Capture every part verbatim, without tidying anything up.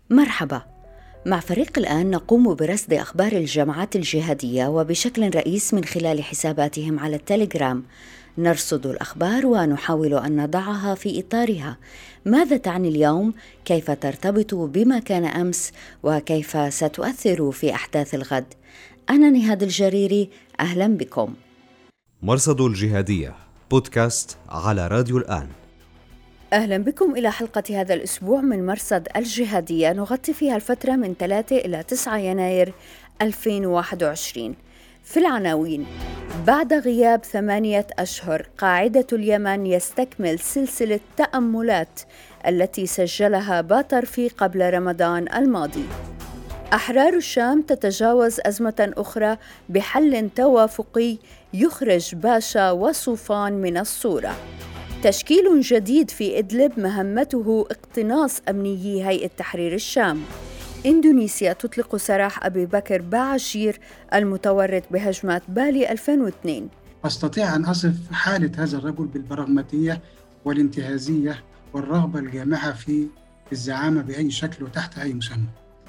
مرحبا. مع فريق الآن نقوم برصد أخبار الجماعات الجهادية وبشكل رئيس من خلال حساباتهم على التليجرام. نرصد الأخبار ونحاول أن نضعها في إطارها. ماذا تعني اليوم؟ كيف ترتبط بما كان أمس؟ وكيف ستؤثر في أحداث الغد؟ أنا نهاد الجريري، أهلا بكم. مرصد الجهادية بودكاست على راديو الآن. أهلا بكم إلى حلقة هذا الأسبوع من مرصد الجهادية، نغطي فيها الفترة من ثلاثة إلى تسعة يناير ألفين وواحد وعشرين. في العناوين: بعد غياب ثمانية أشهر، قاعدة اليمن يستكمل سلسلة تأملات التي سجلها باترفي قبل رمضان الماضي. أحرار الشام تتجاوز أزمة أخرى بحل توافقي يخرج باشا وصوفان من الصورة. تشكيل جديد في إدلب مهمته اقتناص أمنيي هيئة تحرير الشام. إندونيسيا تطلق سراح أبي بكر باعشير المتورط بهجمات بالي ألفين واثنين. أستطيع أن أصف حالة هذا الرجل بالبراغماتية والانتهازية والرغبة الجامحة في الزعامة بأي شكل وتحت أي مسمى.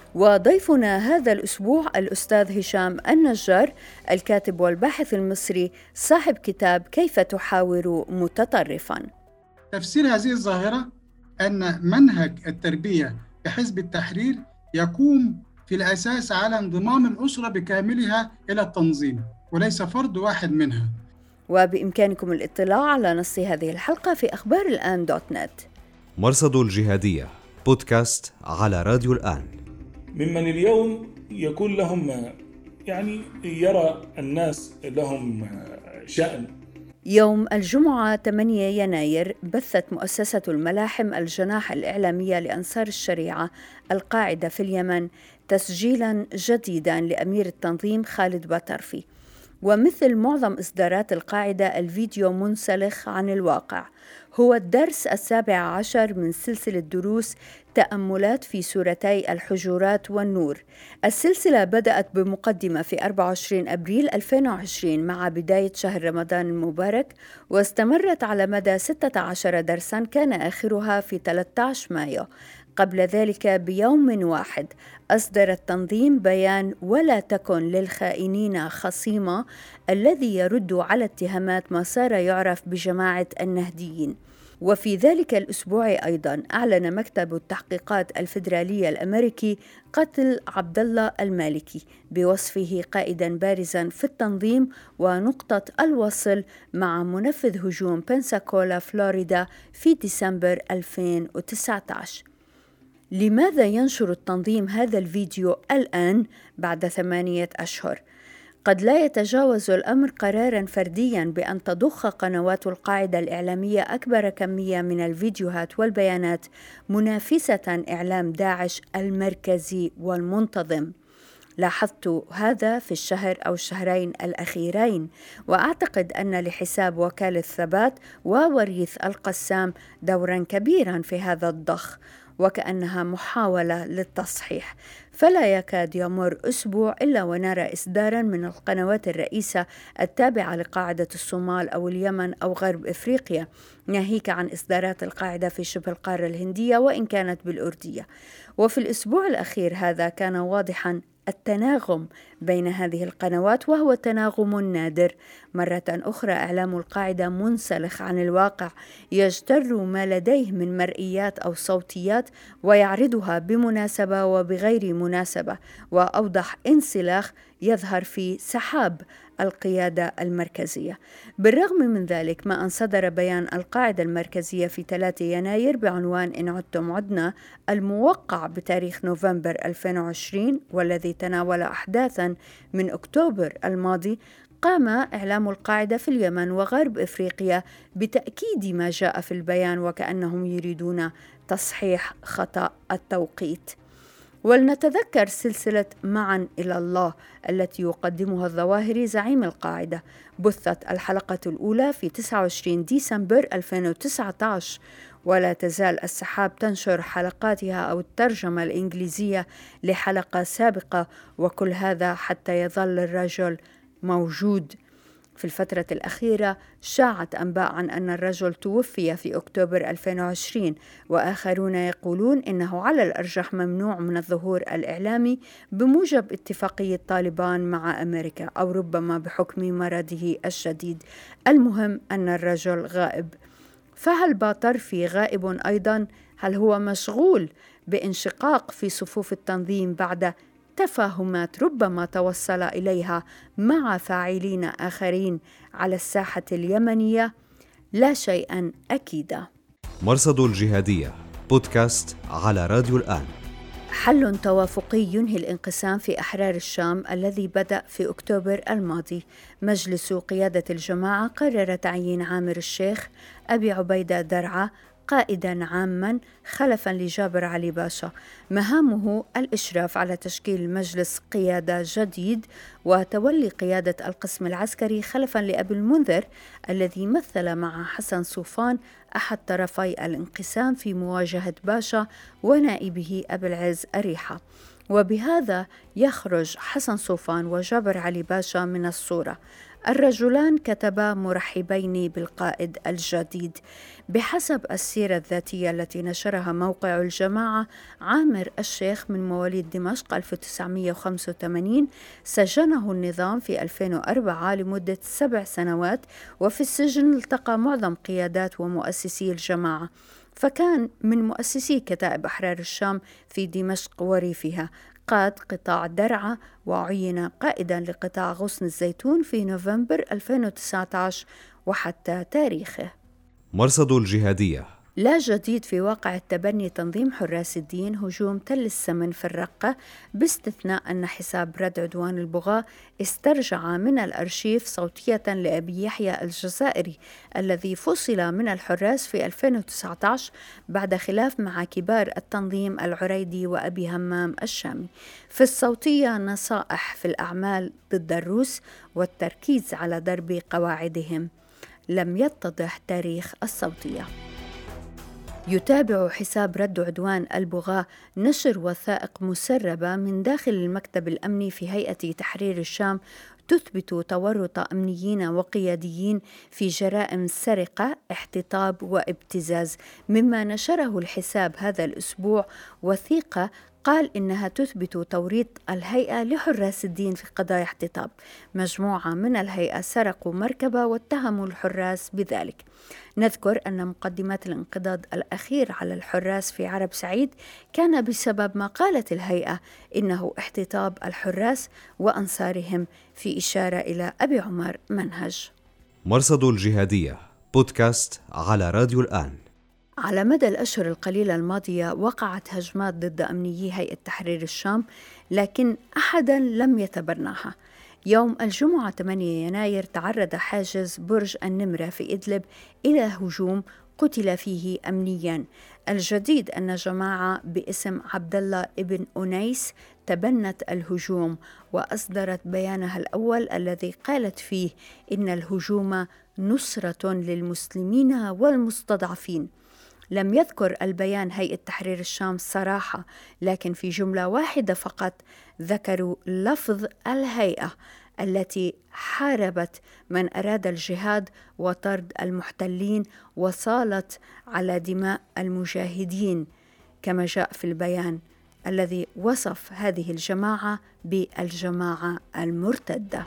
وضيفنا هذا الأسبوع الأستاذ هشام النجار، الكاتب والباحث المصري صاحب كتاب كيف تحاور متطرفاً. تفسير هذه الظاهرة أن منهج التربية بحزب التحرير يقوم في الأساس على انضمام الأسرة بكاملها إلى التنظيم وليس فرد واحد منها. وبإمكانكم الاطلاع على نص هذه الحلقة في أخبار الآن دوت نت. مرصد الجهادية بودكاست على راديو الآن. ممن اليوم يكون لهم يعني يرى الناس لهم شأن. يوم الجمعة ثمانية يناير بثت مؤسسة الملاحم الجناح الإعلامية لأنصار الشريعة القاعدة في اليمن تسجيلاً جديداً لأمير التنظيم خالد باترفي. ومثل معظم إصدارات القاعدة، الفيديو منسلخ عن الواقع. هو الدرس السابع عشر من سلسلة دروس تأملات في سورتي الحجرات والنور. السلسلة بدأت بمقدمة في أربعة وعشرين أبريل ألفين وعشرين مع بداية شهر رمضان المبارك، واستمرت على مدى ستة عشر درساً كان آخرها في ثلاثة عشر مايو. قبل ذلك بيوم واحد أصدر التنظيم بيان ولا تكن للخائنين خصيمة، الذي يرد على اتهامات ما صار يعرف بجماعة النهديين. وفي ذلك الأسبوع أيضا أعلن مكتب التحقيقات الفيدرالية الأمريكي قتل عبد الله المالكي بوصفه قائدا بارزا في التنظيم ونقطة الوصل مع منفذ هجوم بنساكولا فلوريدا في ديسمبر ألفين وتسعة عشر. لماذا ينشر التنظيم هذا الفيديو الآن بعد ثمانية أشهر؟ قد لا يتجاوز الأمر قراراً فردياً بأن تضخ قنوات القاعدة الإعلامية أكبر كمية من الفيديوهات والبيانات منافسة إعلام داعش المركزي والمنتظم. لاحظت هذا في الشهر أو الشهرين الأخيرين، وأعتقد أن لحساب وكالة ثبات ووريث القسام دوراً كبيراً في هذا الضخ، وكأنها محاولة للتصحيح. فلا يكاد يمر أسبوع إلا ونرى إصداراً من القنوات الرئيسة التابعة لقاعدة الصومال أو اليمن أو غرب إفريقيا، ناهيك عن إصدارات القاعدة في شبه القارة الهندية وإن كانت بالأردية. وفي الأسبوع الأخير هذا كان واضحاً التناغم بين هذه القنوات، وهو تناغم نادر. مرة أخرى إعلام القاعدة منسلخ عن الواقع، يجتر ما لديه من مرئيات أو صوتيات ويعرضها بمناسبة وبغير مناسبة، وأوضح انسلاخ يظهر في سحاب القيادة المركزية. بالرغم من ذلك، ما أن صدر بيان القاعدة المركزية في ثلاثة يناير بعنوان إن عدتم عدنا، الموقع بتاريخ نوفمبر ألفين وعشرين والذي تناول أحداثاً من أكتوبر الماضي، قام إعلام القاعدة في اليمن وغرب إفريقيا بتأكيد ما جاء في البيان، وكأنهم يريدون تصحيح خطأ التوقيت. ولنتذكر سلسلة معا إلى الله التي يقدمها الظواهري زعيم القاعدة. بثت الحلقة الأولى في تسعة وعشرين ديسمبر ألفين وتسعة عشر، ولا تزال السحاب تنشر حلقاتها أو الترجمة الإنجليزية لحلقة سابقة، وكل هذا حتى يظل الرجل موجود. في الفترة الأخيرة شاعت أنباء عن أن الرجل توفي في أكتوبر ألفين وعشرين، وآخرون يقولون إنه على الأرجح ممنوع من الظهور الإعلامي بموجب اتفاقية طالبان مع أمريكا، أو ربما بحكم مرضه الشديد. المهم أن الرجل غائب. فهل باطرفي غائب أيضا؟ هل هو مشغول بانشقاق في صفوف التنظيم بعد تفاهمات ربما توصل إليها مع فاعلين آخرين على الساحة اليمنية؟ لا شيئا أكيدا. مرصد الجهادية بودكاست على راديو الآن. حل توافقي ينهي الانقسام في أحرار الشام الذي بدأ في أكتوبر الماضي. مجلس قيادة الجماعة قرر تعيين عامر الشيخ أبي عبيدة درعا قائداً عاماً خلفاً لجابر علي باشا. مهامه الإشراف على تشكيل مجلس قيادة جديد وتولي قيادة القسم العسكري خلفاً لأبي المنذر الذي مثل مع حسن صوفان أحد طرفي الانقسام في مواجهة باشا ونائبه أبي العز أريحة. وبهذا يخرج حسن صوفان وجابر علي باشا من الصورة. الرجلان كتبا مرحبين بالقائد الجديد. بحسب السيرة الذاتية التي نشرها موقع الجماعة، عامر الشيخ من مواليد دمشق ألف وتسعمائة وخمسة وثمانين، سجنه النظام في ألفين وأربعة لمدة سبع سنوات، وفي السجن التقى معظم قيادات ومؤسسي الجماعة، فكان من مؤسسي كتائب أحرار الشام في دمشق وريفها. قاد قطاع درعا وعين قائدا لقطاع غصن الزيتون في نوفمبر ألفين وتسعة عشر وحتى تاريخه. مرصد الجهادية. لا جديد في واقع التبني تنظيم حراس الدين هجوم تل السمن في الرقة، باستثناء أن حساب رد عدوان البغاة استرجع من الأرشيف صوتية لأبي يحيى الجزائري الذي فصل من الحراس في ألفين وتسعة عشر بعد خلاف مع كبار التنظيم العريدي وأبي همام الشامي. في الصوتية نصائح في الأعمال ضد الروس والتركيز على ضرب قواعدهم. لم يتضح تاريخ الصوتية. يتابع حساب رد عدوان البغاة نشر وثائق مسربة من داخل المكتب الأمني في هيئة تحرير الشام تثبت تورط أمنيين وقياديين في جرائم سرقة، احتطاب وابتزاز. مما نشره الحساب هذا الأسبوع وثيقة قال إنها تثبت توريط الهيئة لحراس الدين في قضايا احتطاب. مجموعة من الهيئة سرقوا مركبة واتهموا الحراس بذلك. نذكر أن مقدمات الانقضاض الأخير على الحراس في عرب سعيد كان بسبب ما قالت الهيئة إنه احتطاب الحراس وأنصارهم، في إشارة إلى أبي عمر منهج. مرصد الجهادية بودكاست على راديو الآن. على مدى الأشهر القليلة الماضية وقعت هجمات ضد أمنيي هيئة تحرير الشام، لكن أحدا لم يتبناها. يوم الجمعة ثمانية يناير تعرض حاجز برج النمرة في إدلب إلى هجوم قتل فيه أمنيان. الجديد أن جماعة باسم عبد الله ابن أنيس تبنت الهجوم وأصدرت بيانها الأول الذي قالت فيه إن الهجوم نصرة للمسلمين والمستضعفين. لم يذكر البيان هيئة تحرير الشام صراحة، لكن في جملة واحدة فقط ذكروا لفظ الهيئة التي حاربت من أراد الجهاد وطرد المحتلين وصالت على دماء المجاهدين، كما جاء في البيان الذي وصف هذه الجماعة بالجماعة المرتدة.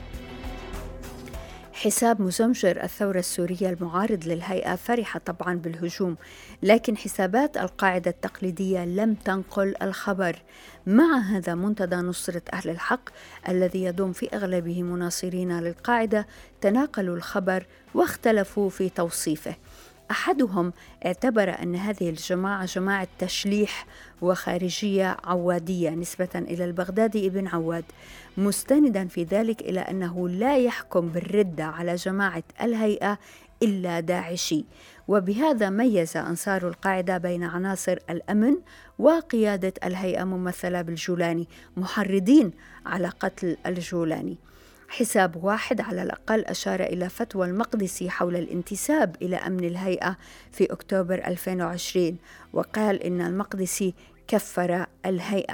حساب مزمجر الثورة السورية المعارض للهيئة فرح طبعا بالهجوم، لكن حسابات القاعدة التقليدية لم تنقل الخبر. مع هذا منتدى نصرة أهل الحق الذي يضم في أغلبه مناصرين للقاعدة تناقلوا الخبر واختلفوا في توصيفه. أحدهم اعتبر أن هذه الجماعة جماعة تشليح وخارجية عوادية نسبة إلى البغدادي ابن عواد، مستندا في ذلك إلى أنه لا يحكم بالردة على جماعة الهيئة إلا داعشي. وبهذا ميز أنصار القاعدة بين عناصر الأمن وقيادة الهيئة ممثلة بالجولاني، محرضين على قتل الجولاني. حساب واحد على الأقل أشار إلى فتوى المقدسي حول الانتساب إلى أمن الهيئة في أكتوبر ألفين وعشرين، وقال إن المقدسي كفر الهيئة.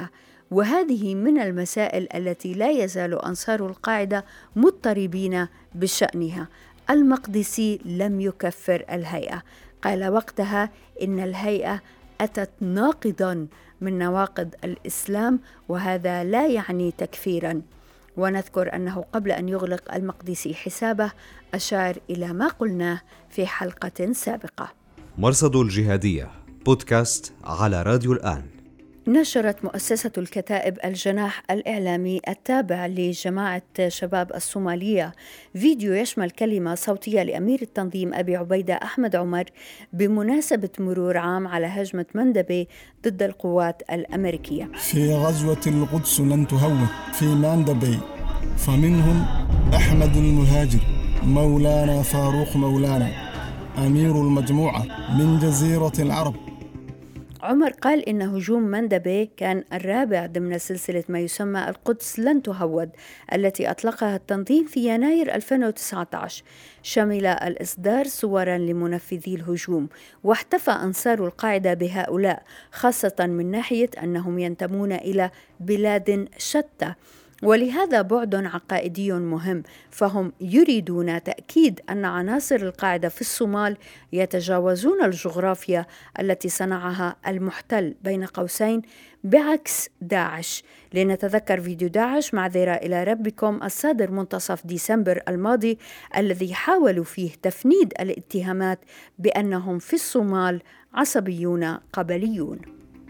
وهذه من المسائل التي لا يزال أنصار القاعدة مضطربين بشأنها. المقدسي لم يكفر الهيئة، قال وقتها إن الهيئة أتت ناقضاً من نواقض الإسلام، وهذا لا يعني تكفيراً. ونذكر أنه قبل أن يغلق المقدسي حسابه أشار إلى ما قلناه في حلقة سابقة. مرصد الجهادية بودكاست على راديو الآن. نشرت مؤسسة الكتائب الجناح الإعلامي التابع لجماعة شباب الصومالية فيديو يشمل كلمة صوتية لأمير التنظيم أبي عبيدة أحمد عمر بمناسبة مرور عام على هجمة مندبي ضد القوات الأمريكية. في غزوة القدس لن تهون في مندبي فمنهم أحمد المهاجر مولانا فاروق مولانا أمير المجموعة من جزيرة العرب. عمر قال إن هجوم مندبي كان الرابع ضمن سلسلة ما يسمى القدس لن تهود التي أطلقها التنظيم في يناير ألفين وتسعة عشر. شمل الإصدار صوراً لمنفذي الهجوم، واحتفى أنصار القاعدة بهؤلاء، خاصة من ناحية أنهم ينتمون إلى بلاد شتى، ولهذا بعد عقائدي مهم، فهم يريدون تأكيد أن عناصر القاعدة في الصومال يتجاوزون الجغرافيا التي صنعها المحتل بين قوسين بعكس داعش. لنتذكر فيديو داعش معذرة إلى ربكم الصادر منتصف ديسمبر الماضي الذي حاولوا فيه تفنيد الاتهامات بأنهم في الصومال عصبيون قبليون.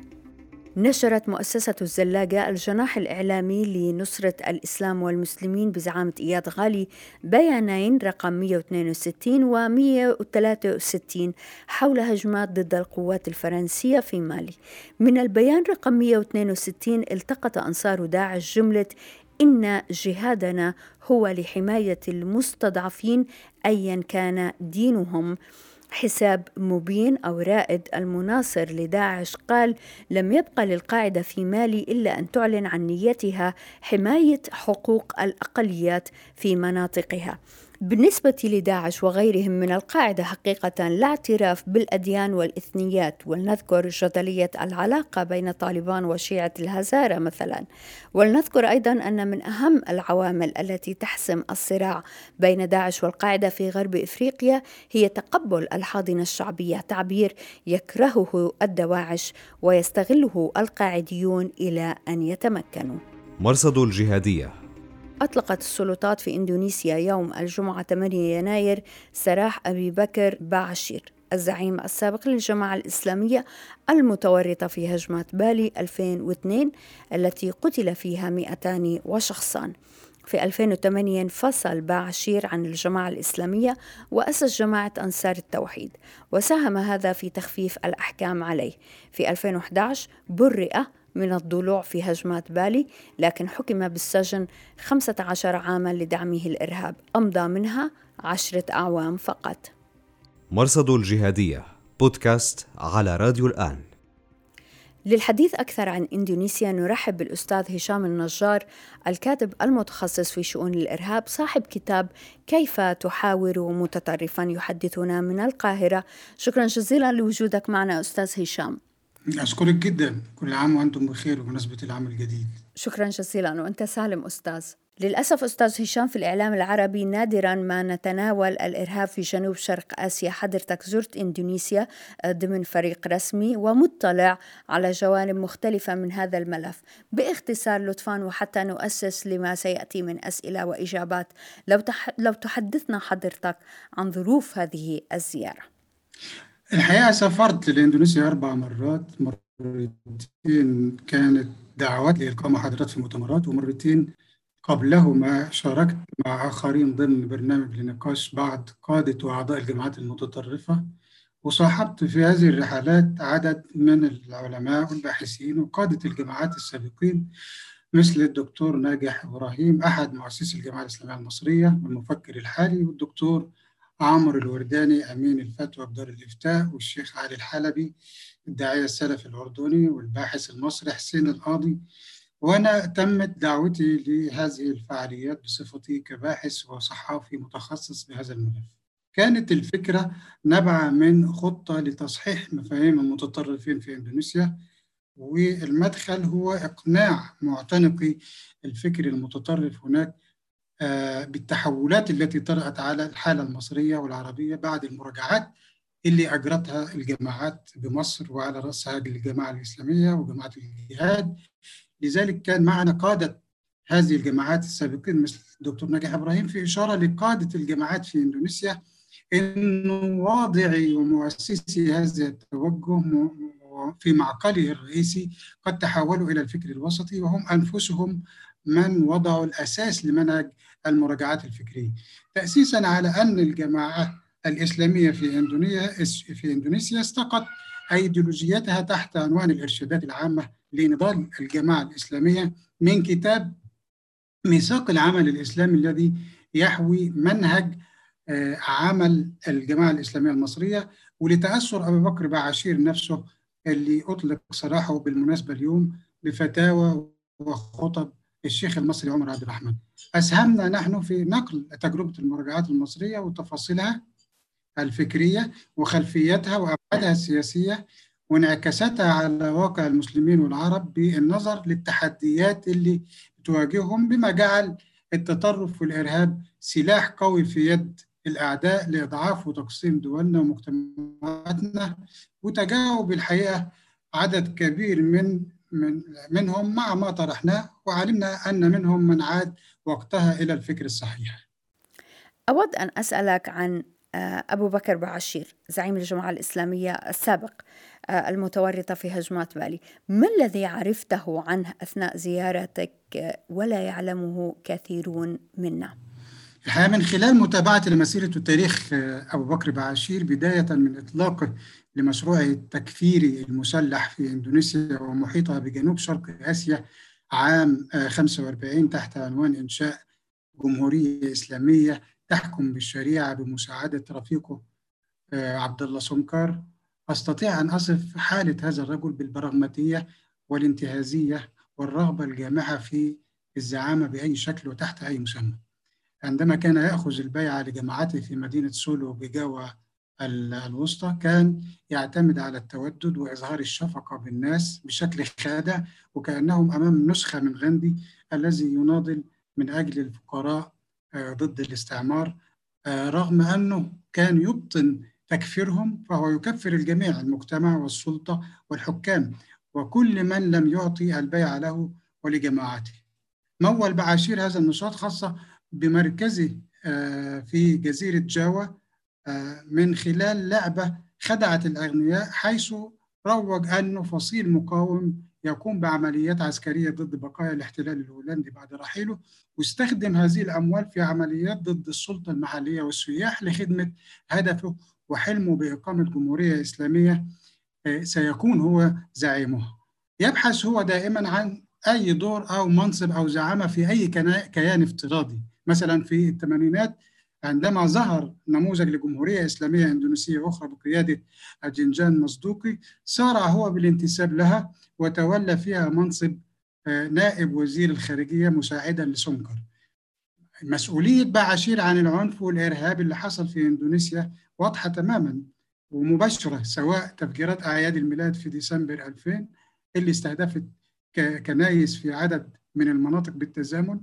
نشرت مؤسسة الزلاقة الجناح الإعلامي لنصرة الإسلام والمسلمين بزعامة إياد غالي بيانين رقم مئة واثنين وستين و مئة وثلاثة وستين حول هجمات ضد القوات الفرنسية في مالي. من البيان رقم مئة واثنين وستين التقط أنصار داعش جملة إن جهادنا هو لحماية المستضعفين أيا كان دينهم. حساب مبين أو رائد المناصر لداعش قال لم يبقى للقاعدة في مالي إلا أن تعلن عن نيتها حماية حقوق الأقليات في مناطقها. بالنسبة لداعش وغيرهم من القاعدة حقيقة لا اعتراف بالأديان والإثنيات، ولنذكر جدلية العلاقة بين طالبان وشيعة الهزارة مثلا. ولنذكر أيضا أن من أهم العوامل التي تحسم الصراع بين داعش والقاعدة في غرب إفريقيا هي تقبل الحاضنة الشعبية، تعبير يكرهه الدواعش ويستغله القاعديون إلى أن يتمكنوا. مرصد الجهادية. أطلقت السلطات في إندونيسيا يوم الجمعة ثمانية يناير سراح أبي بكر باعشير الزعيم السابق للجماعة الإسلامية المتورطة في هجمات بالي ألفين واثنين التي قتل فيها مئتان وشخصان. في ألفين وثمانية انفصل باعشير عن الجماعة الإسلامية وأسس جماعة أنصار التوحيد، وساهم هذا في تخفيف الأحكام عليه. في ألفين وأحد عشر برئ من الضلوع في هجمات بالي، لكن حكم بالسجن خمسة عشر عاما لدعمه الإرهاب، أمضى منها عشرة أعوام فقط. مرصد الجهادية بودكاست على راديو الآن. للحديث أكثر عن إندونيسيا نرحب بالأستاذ هشام النجار، الكاتب المتخصص في شؤون الإرهاب، صاحب كتاب كيف تحاور متطرفا، يحدثنا من القاهرة. شكرا جزيلا لوجودك معنا أستاذ هشام. أشكرك جدا، كل عام وأنتم بخير بمناسبة العام الجديد. شكرا جزيلا وأنت سالم أستاذ. للأسف أستاذ هشام في الإعلام العربي نادرا ما نتناول الإرهاب في جنوب شرق آسيا. حضرتك زرت إندونيسيا ضمن فريق رسمي ومطلع على جوانب مختلفة من هذا الملف. باختصار لطفا وحتى نؤسس لما سيأتي من أسئلة وإجابات، لو, تح... لو تحدثنا حضرتك عن ظروف هذه الزيارة. الحقيقة سافرت لإندونيسيا أربع مرات، مرتين كانت دعوات لإلقاء محاضرات في مؤتمرات، ومرتين قبلهما شاركت مع آخرين ضمن برنامج لنقاش بعض قادة وأعضاء الجماعات المتطرفة، وصاحبت في هذه الرحلات عدد من العلماء والباحثين وقادة الجماعات السابقين مثل الدكتور ناجح إبراهيم أحد مؤسسي الجماعة الإسلامية المصرية والمفكر الحالي، والدكتور عمرو الورداني أمين الفتوى بدار الإفتاء، والشيخ علي الحلبي الداعية السلفي الأردني، والباحث المصري حسين القاضي. وأنا تمت دعوتي لهذه الفعاليات بصفتي كباحث وصحافي متخصص بهذا الملف. كانت الفكرة نبع من خطة لتصحيح مفاهيم المتطرفين في إندونيسيا والمدخل هو إقناع معتنقي الفكر المتطرف هناك بالتحولات التي طرأت على الحالة المصرية والعربية بعد المراجعات اللي أجرتها الجماعات بمصر، وعلى رأسها الجماعة الإسلامية وجماعة الجهاد. لذلك كان معنا قادة هذه الجماعات السابقين مثل الدكتور ناجح إبراهيم في إشارة لقادة الجماعات في إندونيسيا إنه واضعي ومؤسسي هذا التوجه في معقله الرئيسي قد تحولوا إلى الفكر الوسطي، وهم أنفسهم من وضعوا الأساس لمنهج المراجعات الفكرية، تأسيساً على أن الجماعة الإسلامية في إندونيسيا في إندونيسيا استقت أيديولوجيتها تحت عنوان الإرشادات العامة لنضال الجماعة الإسلامية من كتاب ميثاق العمل الإسلامي الذي يحوي منهج عمل الجماعة الإسلامية المصرية، ولتأثر أبي بكر بعشير نفسه اللي أطلق سراحه بالمناسبة اليوم بفتاوى وخطب الشيخ المصري عمر عبد الرحمن. أسهمنا نحن في نقل تجربة المراجعات المصرية وتفاصيلها الفكرية وخلفيتها وأبعادها السياسية وانعكاساتها على واقع المسلمين والعرب بالنظر للتحديات اللي تواجههم، بما جعل التطرف والإرهاب سلاح قوي في يد الأعداء لإضعاف وتقسيم دولنا ومجتمعاتنا، وتجاوب الحقيقة عدد كبير من من منهم مع ما طرحناه، وعلمنا أن منهم من عاد وقتها إلى الفكر الصحيح. أود أن أسألك عن أبو بكر بعشير زعيم الجماعة الإسلامية السابق المتورطة في هجمات بالي، ما الذي عرفته عنه أثناء زيارتك ولا يعلمه كثيرون منا؟ الحقيقة من خلال متابعة لمسيرة وتاريخ أبو بكر بعشير بداية من إطلاقه لمشروعه التكفيري المسلح في إندونيسيا ومحيطها بجنوب شرق آسيا عام خمسة وأربعين تحت عنوان إنشاء جمهورية إسلامية تحكم بالشريعة بمساعدة رفيقه عبد الله سونكار، أستطيع أن أصف حالة هذا الرجل بالبراغماتية والانتهازية والرغبة الجامحة في الزعامة بأي شكل وتحت أي مسمى. عندما كان يأخذ البيعة لجماعته في مدينة سولو بجاوة الوسطى كان يعتمد على التودد وإظهار الشفقة بالناس بشكل خادع، وكأنهم أمام نسخة من غاندي الذي يناضل من أجل الفقراء ضد الاستعمار، رغم أنه كان يبطن تكفيرهم، فهو يكفر الجميع، المجتمع والسلطة والحكام وكل من لم يعطي البيعة له ولجماعته. مول بعشير هذا النشاط خاصة بمركزه في جزيرة جاوة من خلال لعبة خدعت الأغنياء، حيث روج أنه فصيل مقاوم يقوم بعمليات عسكرية ضد بقايا الاحتلال الهولندي بعد رحيله، واستخدم هذه الأموال في عمليات ضد السلطة المحلية والسياح لخدمة هدفه وحلمه بإقامة جمهورية إسلامية سيكون هو زعيمها. يبحث هو دائما عن أي دور أو منصب أو زعامة في أي كيان افتراضي. مثلا في الثمانينات عندما ظهر نموذج لجمهورية إسلامية إندونيسية أخرى بقيادة أجنجان مصدوقي، سارع هو بالانتساب لها وتولى فيها منصب نائب وزير الخارجية مساعدا لسونكر. مسؤولية بعشير عن العنف والإرهاب اللي حصل في إندونيسيا واضحة تماما ومباشرة، سواء تفجيرات أعياد الميلاد في ديسمبر ألفين اللي استهدفت كنايس في عدد من المناطق بالتزامن،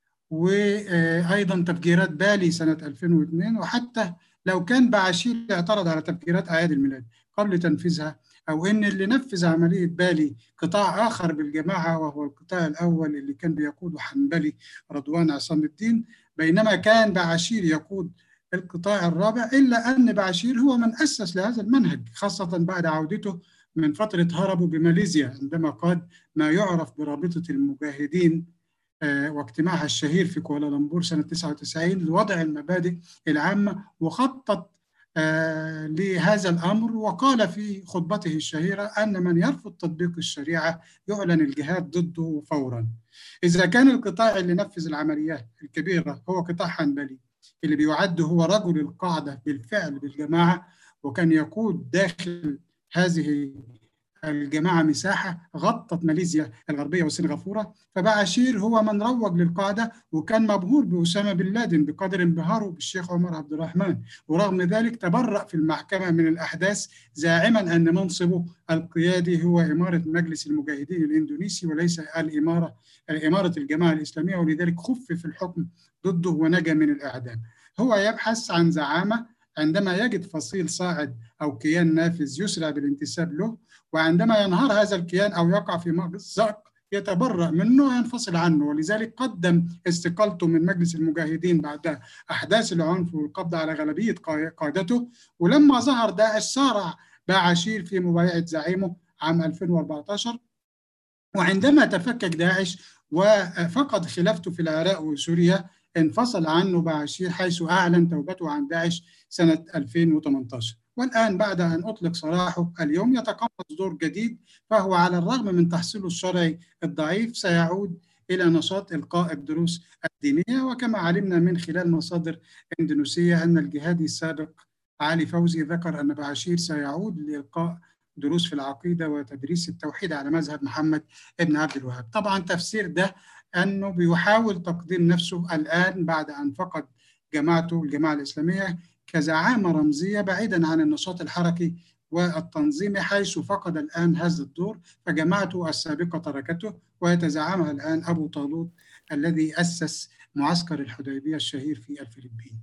وأيضا تفجيرات بالي سنة ألفين واثنين، وحتى لو كان بعشير اعترض على تفجيرات أعياد الميلاد قبل تنفيذها، أو إن اللي نفذ عملية بالي قطاع آخر بالجماعة وهو القطاع الأول اللي كان بيقوده حنبلي رضوان عصام الدين، بينما كان بعشير يقود القطاع الرابع، إلا أن بعشير هو من أسس لهذا المنهج، خاصة بعد عودته من فترة هربه بماليزيا عندما قاد ما يعرف برابطة المجاهدين واجتماعها الشهير في كوالالمبور سنة تسعة وتسعين لوضع المبادئ العامة، وخطط لهذا الأمر، وقال في خطبته الشهيرة أن من يرفض تطبيق الشريعة يعلن الجهاد ضده فورا. إذا كان القطاع اللي نفذ العمليات الكبيرة هو قطاع حنبلي اللي بيعد هو رجل القاعدة بالفعل بالجماعة، وكان يقود داخل هذه الجماعة مساحة غطت ماليزيا الغربية وسنغافورة. فبعشير هو من روج للقاعدة، وكان مبهور بأسامة بن لادن بقدر انبهاره بالشيخ عمر عبد الرحمن، ورغم ذلك تبرأ في المحكمة من الأحداث زاعما أن منصبه القيادي هو إمارة مجلس المجاهدين الإندونيسي وليس الإمارة إمارة الجماعة الإسلامية، ولذلك خفف الحكم ضده ونجا من الإعدام. هو يبحث عن زعامة عندما يجد فصيل صاعد أو كيان نافذ يسرع بالانتساب له، وعندما ينهار هذا الكيان أو يقع في مأزق يتبرأ منه وينفصل عنه، ولذلك قدم استقالته من مجلس المجاهدين بعد أحداث العنف والقبض على غالبية قادته. ولما ظهر داعش سارع بعشير في مبايعة زعيمه عام ألفين وأربعة عشر، وعندما تفكك داعش وفقد خلافته في العراق وسوريا انفصل عنه بعشير، حيث أعلن توبته عن داعش سنة ألفين وثمانية عشر. والآن بعد أن أطلق سراحه اليوم يتقمص دور جديد، فهو على الرغم من تحصيله الشرعي الضعيف سيعود إلى نشاط إلقاء الدروس الدينية. وكما علمنا من خلال مصادر إندونيسية أن الجهادي السابق علي فوزي ذكر أن بعشير سيعود لإلقاء دروس في العقيدة وتدريس التوحيد على مذهب محمد ابن عبد الوهاب. طبعا تفسير ده أنه بيحاول تقديم نفسه الآن بعد أن فقد جماعته الجماعة الإسلامية كزعامة رمزية بعيدا عن النشاط الحركي والتنظيمي، حيث فقد الآن هذا الدور، فجماعته السابقة تركته ويتزعمها الآن أبو طالوت الذي أسس معسكر الحديبية الشهير في الفلبين.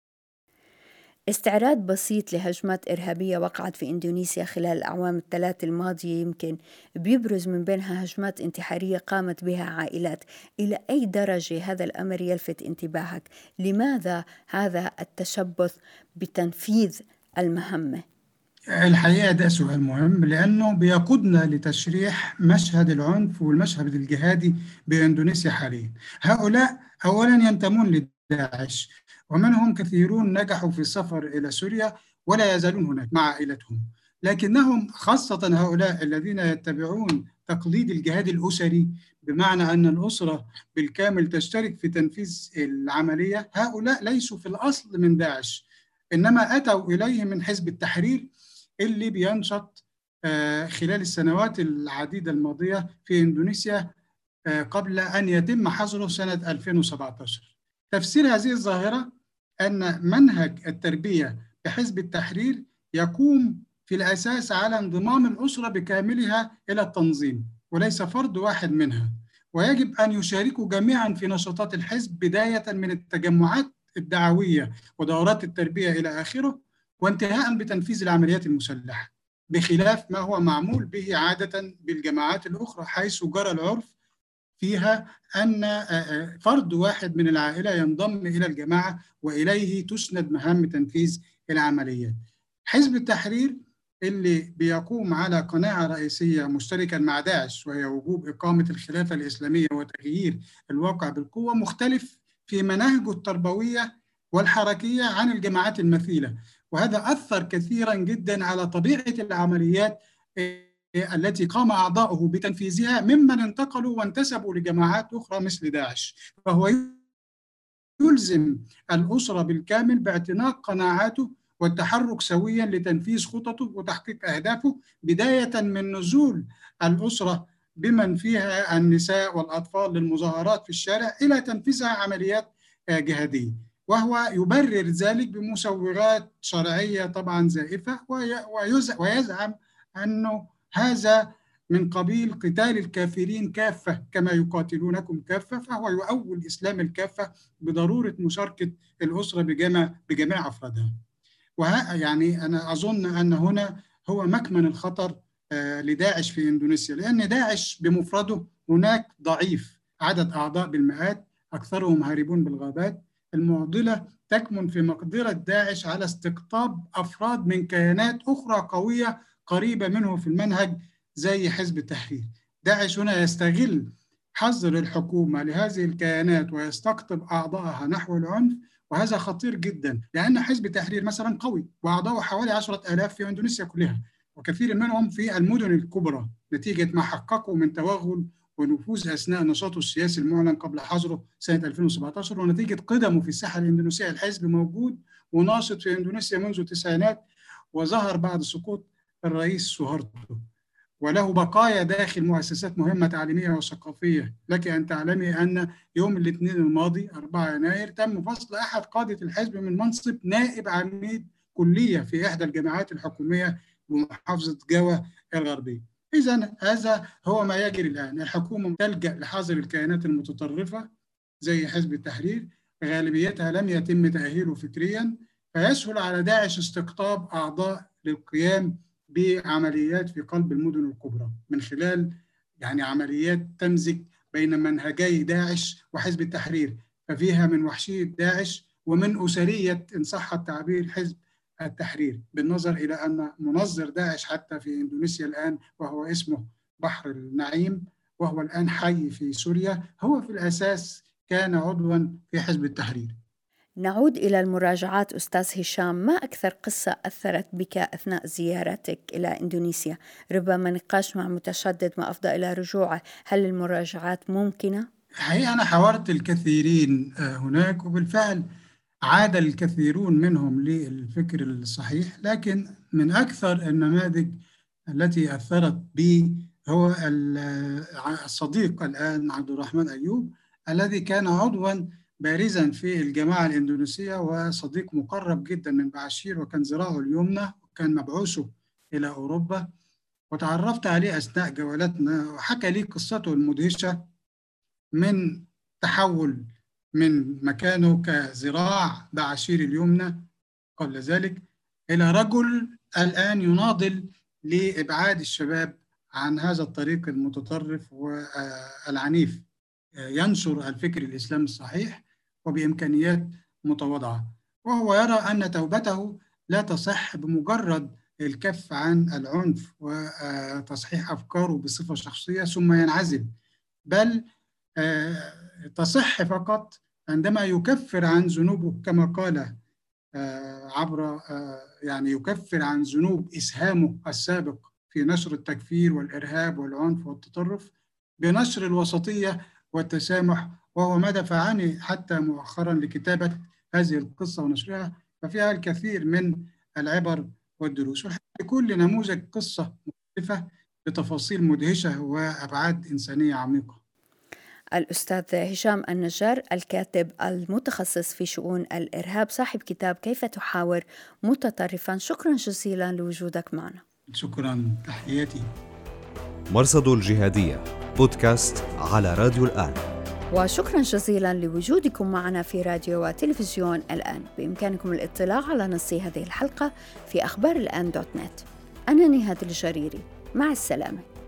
استعراض بسيط لهجمات إرهابية وقعت في إندونيسيا خلال الأعوام الثلاث الماضية يمكن بيبرز من بينها هجمات انتحارية قامت بها عائلات. إلى أي درجة هذا الأمر يلفت انتباهك؟ لماذا هذا التشبث بتنفيذ المهمة؟ الحقيقة ده سؤال مهم، لأنه بيقودنا لتشريح مشهد العنف والمشهد الجهادي بإندونيسيا حاليا. هؤلاء أولا ينتمون لداعش، ومنهم كثيرون نجحوا في السفر إلى سوريا ولا يزالون هناك مع عائلتهم، لكنهم خاصة هؤلاء الذين يتبعون تقليد الجهاد الأسري، بمعنى أن الأسرة بالكامل تشترك في تنفيذ العملية، هؤلاء ليسوا في الأصل من داعش، إنما أتوا إليه من حزب التحرير اللي بينشط خلال السنوات العديدة الماضية في إندونيسيا قبل أن يتم حظره سنة ألفين وسبعة عشر. تفسير هذه الظاهرة أن منهج التربية بحزب التحرير يقوم في الأساس على انضمام الأسرة بكاملها إلى التنظيم وليس فرد واحد منها، ويجب أن يشاركوا جميعا في نشاطات الحزب بداية من التجمعات الدعوية ودورات التربية إلى آخره، وانتهاء بتنفيذ العمليات المسلحة، بخلاف ما هو معمول به عادة بالجماعات الأخرى، حيث جرى العرف فيها أن فرد واحد من العائلة ينضم إلى الجماعة وإليه تسند مهام تنفيذ العمليات. حزب التحرير اللي بيقوم على قناعة رئيسية مشتركا مع داعش، وهي وجوب إقامة الخلافة الإسلامية وتغيير الواقع بالقوة، مختلف في مناهجه التربوية والحركية عن الجماعات المثيلة، وهذا أثر كثيرا جدا على طبيعة العمليات التي قام أعضاؤه بتنفيذها ممن انتقلوا وانتسبوا لجماعات أخرى مثل داعش. فهو يلزم الأسرة بالكامل باعتناق قناعاته والتحرك سويا لتنفيذ خططه وتحقيق أهدافه، بداية من نزول الأسرة بمن فيها النساء والأطفال للمظاهرات في الشارع إلى تنفيذها عمليات جهادية، وهو يبرر ذلك بمسوغات شرعية طبعا زائفة، ويزعم أنه هذا من قبيل قتال الكافرين كافة كما يقاتلونكم كافة، فهو يؤول إسلام الكافة بضرورة مشاركة الأسرة بجميع بجميع أفرادها. وها يعني أنا أظن أن هنا هو مكمن الخطر لداعش في إندونيسيا، لأن داعش بمفرده هناك ضعيف، عدد أعضاء بالمئات، أكثرهم هاربون بالغابات. المعضلة تكمن في مقدرة داعش على استقطاب أفراد من كيانات أخرى قوية قريبة منه في المنهج زي حزب التحرير. داعش هنا يستغل حظر الحكومة لهذه الكيانات ويستقطب أعضائها نحو العنف، وهذا خطير جدا، لأن حزب التحرير مثلا قوي وأعضاؤه حوالي عشرة آلاف في إندونيسيا كلها، وكثير منهم في المدن الكبرى نتيجة ما حققوا من توغل ونفوذ أثناء نشاطه السياسي المعلن قبل حظره سنة ألفين وسبعة عشر، ونتيجة قدمه في الساحة الإندونيسية. الحزب موجود وناشط في إندونيسيا منذ التسعينات، وظهر بعد سقوط الرئيس سوهارتو، وله بقايا داخل مؤسسات مهمة تعليمية وثقافية. لك أن تعلمي أن يوم الاثنين الماضي أربعة يناير تم فصل أحد قادة الحزب من منصب نائب عميد كلية في إحدى الجامعات الحكومية بمحافظة جاوة الغربية. إذن هذا هو ما يجري الآن. الحكومة تلجأ لحظر الكيانات المتطرفة زي حزب التحرير، غالبيتها لم يتم تأهيله فكريا، فيسهل على داعش استقطاب أعضاء للقيام بعمليات في قلب المدن الكبرى من خلال يعني عمليات تمزج بين منهجي داعش وحزب التحرير، ففيها من وحشية داعش ومن أسرية إن صح التعبير حزب التحرير، بالنظر إلى أن منظر داعش حتى في إندونيسيا الآن وهو اسمه بحر النعيم وهو الآن حي في سوريا هو في الأساس كان عضوا في حزب التحرير. نعود إلى المراجعات أستاذ هشام، ما أكثر قصة أثرت بك أثناء زيارتك إلى إندونيسيا؟ ربما نقاش مع متشدد ما أفضى إلى رجوعه، هل المراجعات ممكنة؟ الحقيقة أنا حاورت الكثيرين هناك وبالفعل عاد الكثيرون منهم للفكر الصحيح، لكن من أكثر النماذج التي أثرت بي هو الصديق الآن عبد الرحمن أيوب الذي كان عضواً بارزاً في الجماعة الإندونيسية وصديق مقرب جداً من بعشير، وكان ذراعه اليمنى وكان مبعوثه إلى أوروبا، وتعرفت عليه أثناء جولاتنا وحكى لي قصته المدهشة من تحول من مكانه كذراع بعشير اليمنى قبل ذلك إلى رجل الآن يناضل لإبعاد الشباب عن هذا الطريق المتطرف والعنيف، ينشر الفكر الإسلامي الصحيح وبإمكانيات متواضعة، وهو يرى أن توبته لا تصح بمجرد الكف عن العنف وتصحيح أفكاره بصفة شخصية ثم ينعزل، بل تصح فقط عندما يكفر عن ذنوبه كما قال عبر يعني يكفر عن ذنوب إسهامه السابق في نشر التكفير والإرهاب والعنف والتطرف بنشر الوسطية والتسامح، وهو ما دفعني حتى مؤخرا لكتابة هذه القصة ونشرها، ففيها الكثير من العبر والدروس. كل نموذج قصة مختلفة بتفاصيل مدهشة وأبعاد إنسانية عميقة. الأستاذ هشام النجار، الكاتب المتخصص في شؤون الإرهاب، صاحب كتاب كيف تحاور متطرفا، شكرا جزيلا لوجودك معنا. شكرا، تحياتي. مرصد الجهادية بودكاست على راديو الآن. وشكرا جزيلا لوجودكم معنا في راديو وتلفزيون الآن. بإمكانكم الاطلاع على نص هذه الحلقة في أخبار الآن دوت نت. أنا نهاد الجريري، مع السلامة.